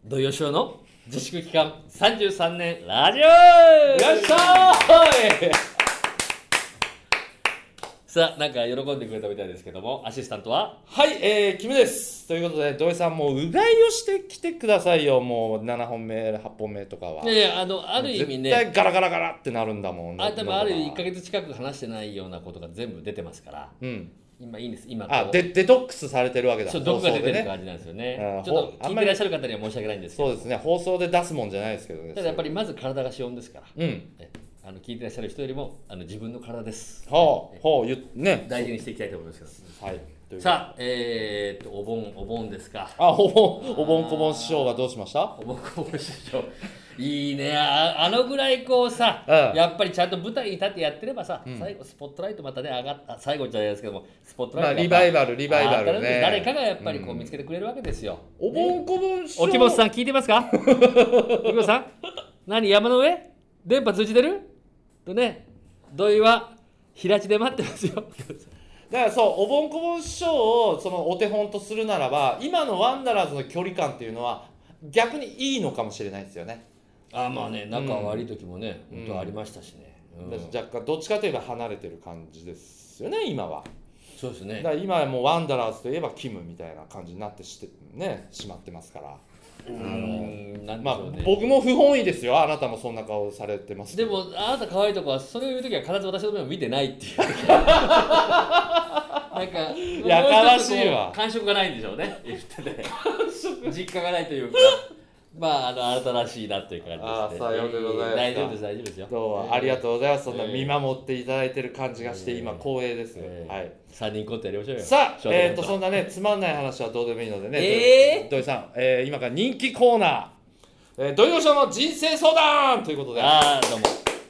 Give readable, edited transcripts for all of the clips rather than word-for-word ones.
土曜ショーの自粛期間33年ラジオよっしゃーいさあ、なんか喜んでくれたみたいですけども、アシスタントははい、キムです。ということで土井さんもううがいをしてきてくださいよ。もう7本目8本目とかは。 いやいや、ある意味ね、 絶対ガラガラガラってなるんだもん。 多分ある1ヶ月近く話してないようなことが全部出てますから、 うん。 今いいんです。今デトックスされてるわけだ。 そう、毒が出てる放送で感じなんですよね。 うんちょっと聞いてらっしゃる方には申し訳ないんですけど、 そうですね。放送で出すもんじゃないですけどね。 ただやっぱりまず体が資本ですから、 うん。 聞いてらっしゃる人よりも自分の体です。 ね。 大事にしていきたいと思いますけど。 はい。 さあ、お盆ですか。 お盆こぼん師匠はどうしました？ お盆こぼん師匠。いいね。あのぐらいこうさ、 うんやっぱりちゃんと舞台に立ってやってればさ、 うん最後スポットライトまたね上がった、最後じゃないですけども、スポットまあライトリバイバルね。 誰かがやっぱりこう見つけてくれるわけですよ。 お盆こぼん師匠。 沖本さん聞いてますか？沖本さん、何山の上？電波通じてる？とね、土井は平地で待ってますよ。 だからそうお盆こぼん師匠をそのお手本とするならば今のワンダラーズの距離感っていうのは逆にいいのかもしれないですよね。 まあね、仲悪い時もね、本当ありましたしね。 若干どっちかといえば離れてる感じですよね今は。 そうですね。 だから今はもうワンダラーズといえばキムみたいな感じになってしまってますから。まあ僕も不本意ですよ。あなたもそんな顔されてますでもあなた可愛いとこはそれを言う時は必ず私の目を見てないっていう時なんかやかましいわ。 感触がないんでしょうね。言ってて実家がないというか、まああなたらしいなという感じですね。 さようでございます。 大丈夫ですよ。 どうもありがとうございます。そんな見守っていただいてる感じがして今光栄です。はい。 3人コントやりましょうよ。 さあ、そんなねつまんない話はどうでもいいのでね。土井さん、今から人気コーナー、土井善の人生相談ということで。 どうも。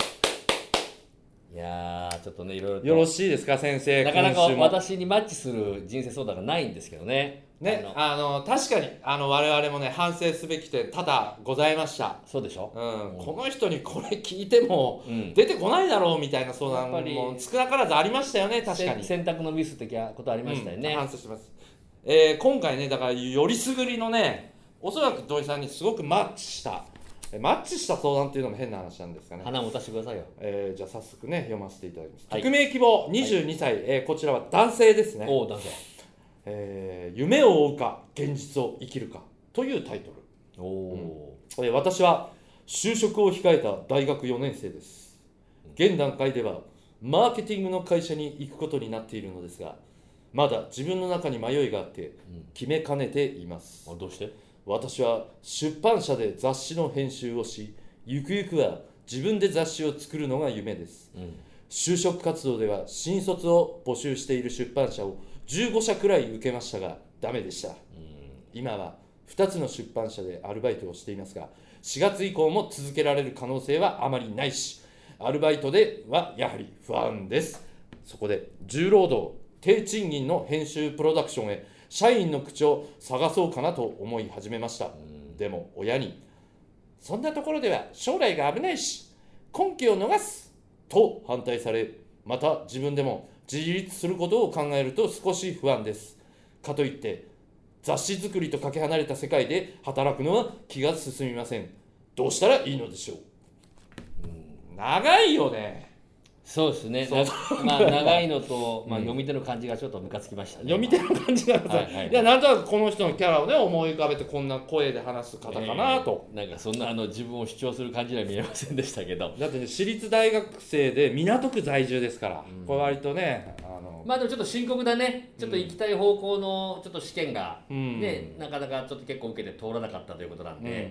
いやちょっとねいろいろとよろしいですか先生。 なかなか私にマッチする人生相談がないんですけどね。 ね、確かに我々もね反省すべき点多々ございました。 そうでしょ。 この人にこれ聞いても出てこないだろうみたいな相談も少なからずありましたよね。確かに選択のミス的なことありましたよね。 反省してます。今回ねだからよりすぐりのねおそらく土井さんにすごくマッチした相談っていうのも変な話なんですかね。 花持たせてくださいよ。 じゃあ早速ね読ませていただきます。 はい、 匿名希望22歳、こちらは男性ですね。 男性。 夢を追うか現実を生きるかというタイトル。私は就職を控えた大学4年生です。現段階ではマーケティングの会社に行くことになっているのですがまだ自分の中に迷いがあって決めかねています。 どうして？ 私は出版社で雑誌の編集をしゆくゆくは自分で雑誌を作るのが夢です。就職活動では新卒を募集している出版社を15社くらい受けましたがダメでした。今は2つの出版社でアルバイトをしていますが4月以降も続けられる可能性はあまりないしアルバイトではやはり不安です。そこで重労働低賃金の編集プロダクションへ社員の口を探そうかなと思い始めました。でも親にそんなところでは将来が危ないし根拠を逃すと反対されまた自分でも自立することを考えると少し不安です。かといって雑誌作りとかけ離れた世界で働くのは気が進みません。どうしたらいいのでしょう。長いよね。 そうですね。長いのと、読み手の感じがちょっとムカつきましたね。 読み手の感じがいやなんとなくこの人のキャラをね思い浮かべてこんな声で話す方かなと、 なんかそんな自分を主張する感じには見えませんでしたけど。 だってね私立大学生で港区在住ですから、これ割とねでもちょっと深刻だね。ちょっと行きたい方向のちょっと試験がね、なかなかちょっと結構受けて通らなかったということなんで、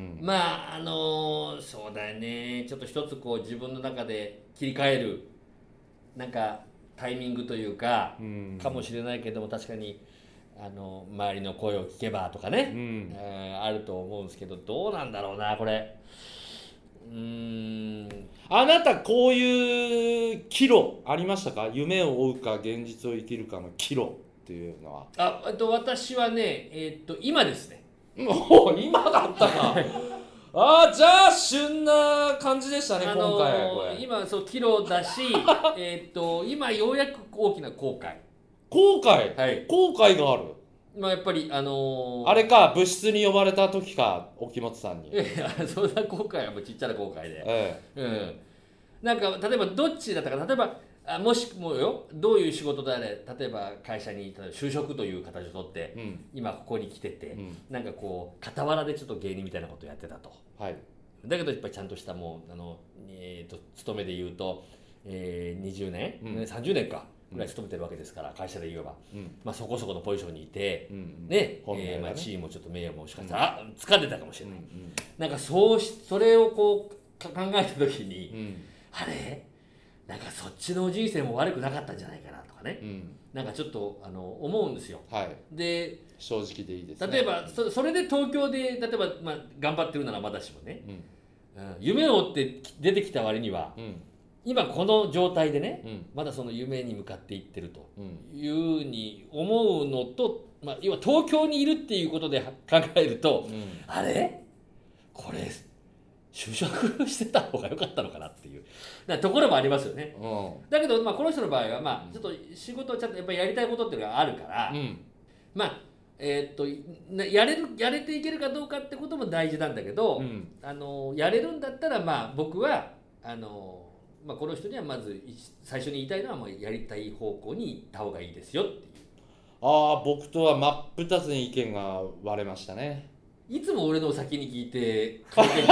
そうだよね。ちょっと一つこう自分の中で切り替えるなんかタイミングというか、かもしれないけども確かに周りの声を聞けばとかね、あると思うんですけどどうなんだろうなこれ。 あなたこういう岐路ありましたか？夢を追うか現実を生きるかの岐路っていうのは。 私はね今ですね。 もう今だったか。じゃあ旬な感じでしたね今回これ。 今そう岐路だし今ようやく大きな後悔後悔、 はい、 後悔がある。 まあやっぱりあれか部室に呼ばれた時か沖本さんに。 いやそんな後悔はもうちっちゃな後悔で、 えなんか例えばどっちだったか、例えばもしもよ、どういう仕事であれ、例えば会社に例えば就職という形をとって、今ここに来てて、なんかこう傍らでちょっと芸人みたいなことをやってたと、 はい、 だけどやっぱりちゃんとしたもう勤めで言うと、20年、30年かぐらい勤めてるわけですから、会社で言えば、まあ、そこそこのポジションにいて、ね、まあ、地位もちょっと名誉もしかしたら掴んでたかもしれない、なんかそれをこう考えた時に、あれなんかそっちの人生も悪くなかったんじゃないかなとかね、なんかちょっと思うんですよ。 はい、 で正直でいいですね。 例えばそれで東京で例えば、まあ、頑張ってるならまだしもね、夢を追って出てきた割には、今この状態でね、まだその夢に向かっていってるというふうに思うのと、まあ、要は東京にいるっていうことで考えると、あれこれ就職してた方が良かったのかなっていうところもありますよね。だけど、まあ、この人の場合は、まあ、ちょっと仕事をちゃんとやっぱりやりたいことっていうのがあるから、まあやれていけるかどうかってことも大事なんだけど、やれるんだったら、まあ、僕はまあ、この人にはまず最初に言いたいのは、もうやりたい方向に行った方がいいですよっていう。 僕とは真っ二つに意見が割れましたね。 いつも俺のを先に聞いて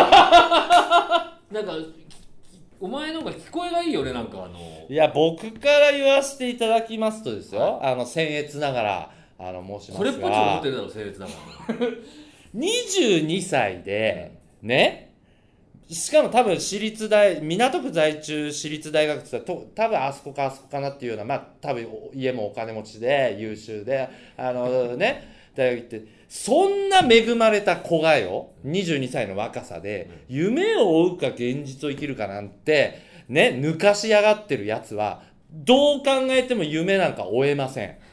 なんかお前の方が聞こえがいいよね。なんかいや僕から言わせていただきますとですよ、僭越ながら申しますが、 これっぽっちも思ってるだろ僭越ながら 22歳でね、しかも多分港区在中私立大学って言ったら多分あそこかなっていうような、まあ多分家もお金持ちで優秀でね大学行って、そんな恵まれた子がよ、22歳の若さで夢を追うか現実を生きるかなんてね抜かしやがってるやつはどう考えても夢なんか追えません。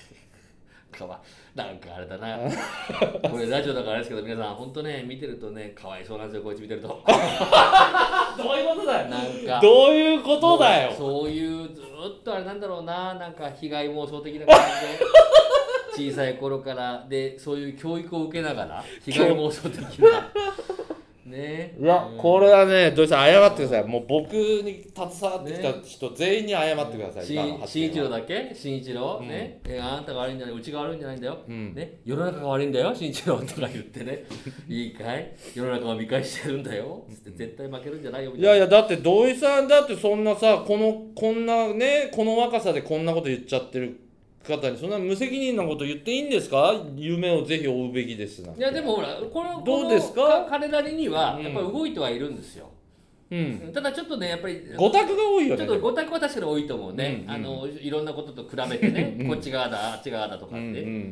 なんかあれだなこれラジオだからあれですけど、皆さん本当ね見てるとねかわいそうなんですよ、こいつ見てるとどういうことだよ、なんかどういうことだよ、 そういうずっとあれなんだろうな、なんか被害妄想的な感じで小さい頃からでそういう教育を受けながら被害妄想的なね。 いや、これはね土井さん謝ってください。もう僕に携わってきた人全員に謝ってください。 慎一郎だっけ、慎一郎、ね、あなたが悪いんじゃない、うちが悪いんじゃないんだよ、ね、世の中が悪いんだよ慎一郎とか言ってねいいかい、世の中を見返してるんだよつって絶対負けるんじゃないよみたいな。 いやだって土井さんだってそんなさこんなねこの若さでこんなこと言っちゃってる方にそんな無責任なこと言っていいんですか。夢をぜひ追うべきですなんて。 いやでもほらこれどうですか、 彼なりにはやっぱり動いてはいるんですよ、ただちょっとねやっぱりごたくが多いよね。 ちょっとごたくは確かに多いと思うね、いろんなことと比べてねこっち側だあっち側だとかって、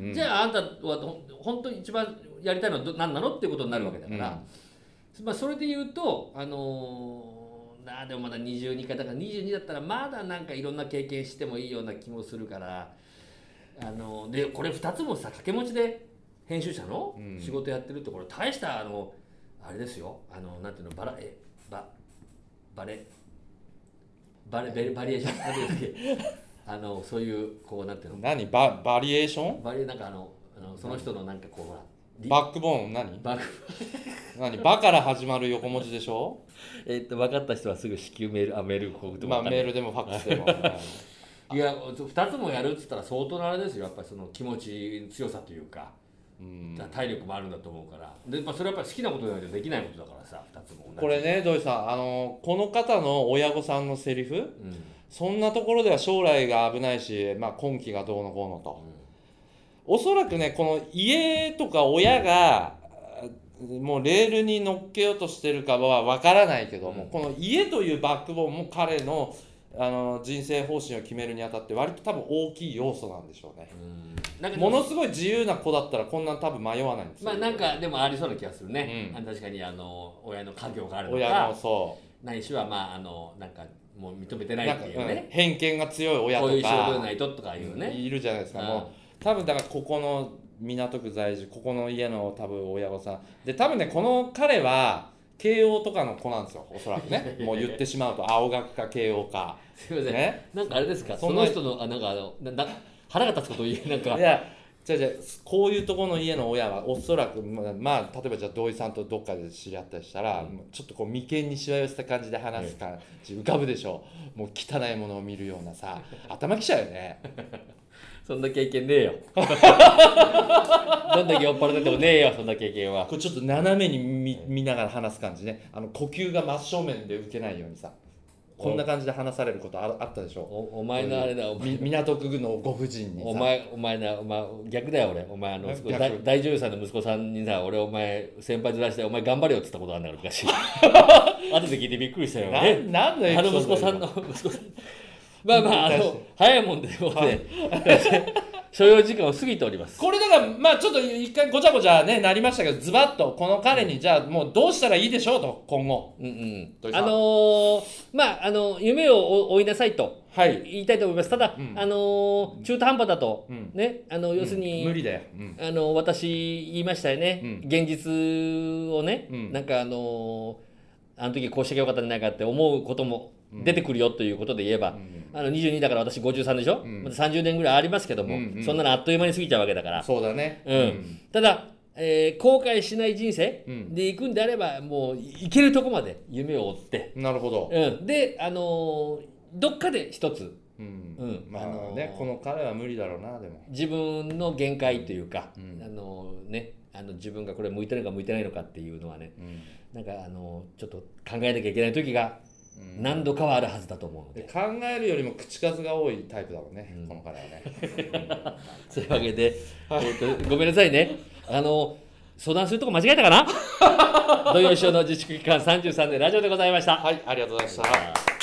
じゃああんたは本当に一番やりたいのは何なのっていうことになるわけだから、まあ、それで言うとでもまだ22かだから22だったらまだなんかいろんな経験してもいいような気もするから、でこれ2つもさ掛け持ちで編集者の仕事やってるってこれ大したあれですよ、なんていうのバリエーションなんていうっけそういうこうなんていうのバリエーションなんかその人のなんかこうほらバックボーン何バから始まる横文字でしょ分かった人はすぐ至急メール送ってもらって、 メールでもファックスでもいや2つもやるっつったら相当なあれですよ、やっぱりその気持ち強さというか、体力もあるんだと思うから、で、それはやっぱり好きなことじゃないとできないことだからさ、2つも同じ。これね土井さんこの方の親御さんのセリフ、そんなところでは将来が危ないし、まあ、今期がどうのこうのと、おそらくねこの家とか親がもうレールに乗っけようとしてるかは分からないけども、この家というバックボーンも彼の人生方針を決めるにあたって割と多分大きい要素なんでしょうね。ものすごい自由な子だったらこんなん多分迷わないんですよ。 まあなんかでもありそうな気がするね、確かに親の家業があるのか、 親のそうないしはまあなんかもう認めてないっていうね、 偏見が強い親とかこういう仕事じゃないととかいうね、 いるじゃないですか。もう多分だからここの港区在住ここの家の多分親御さんで多分ねこの彼は慶応とかの子なんですよおそらくねもう言ってしまうと青学か慶応かすいません、なんかあれですかその人のなんか腹が立つことを言うなんかいやじゃあこういうところの家の親はおそらくまあ例えばじゃあ土井さんとどっかで知り合ったりしたら、ちょっとこう眉間にしわ寄せた感じで話す感じ浮かぶでしょう。もう汚いものを見るようなさ頭きちゃうよね。 そんな経験ねえよどんだけ酔っ払っててもねえよそんな経験は。 これちょっと斜めに 見ながら話す感じね。呼吸が真正面で受けないようにさ、こんな感じで話されることあったでしょ。 お前のあれだ、 港区のご婦人にさ、 お前逆だよ俺。お前大女優さんの息子さんにさ、俺お前先輩ずらしてお前頑張れよって言ったことあるんだから昔後で聞いてびっくりしたよ。 なんのエピソード息子さんまあ早いもんでもうね所要時間を過ぎております。 これだからまあちょっと一回ごちゃごちゃねなりましたけど、ズバッとこの彼にじゃあもうどうしたらいいでしょうと今後。 まあ夢を追いなさいと言いたいと思います。ただ、中途半端だと、ね要するに、 無理だよ。 私言いましたよね。現実をね、なんかあの時こうしてきゃよかったんじゃないかって思うことも出てくるよということで言えば、22だから私53でしょ、また30年ぐらいありますけども、そんなのあっという間に過ぎちゃうわけだから。 そうだね。 ただ、後悔しない人生で行くんであれば、もう行けるとこまで夢を追って、 なるほど。 でどっかで一つ、 まあね、この彼は無理だろうな。でも自分の限界というか、自分がこれ向いてるのか向いてないのかっていうのはね、なんかちょっと考えなきゃいけない時が何度かはあるはずだと思うので、 考えるよりも口数が多いタイプだもんね、この彼はね。 そういうわけで、ごめんなさいね。相談するとこ間違えたかな土曜日の自粛期間33年ラジオでございました。 はい、ありがとうございました。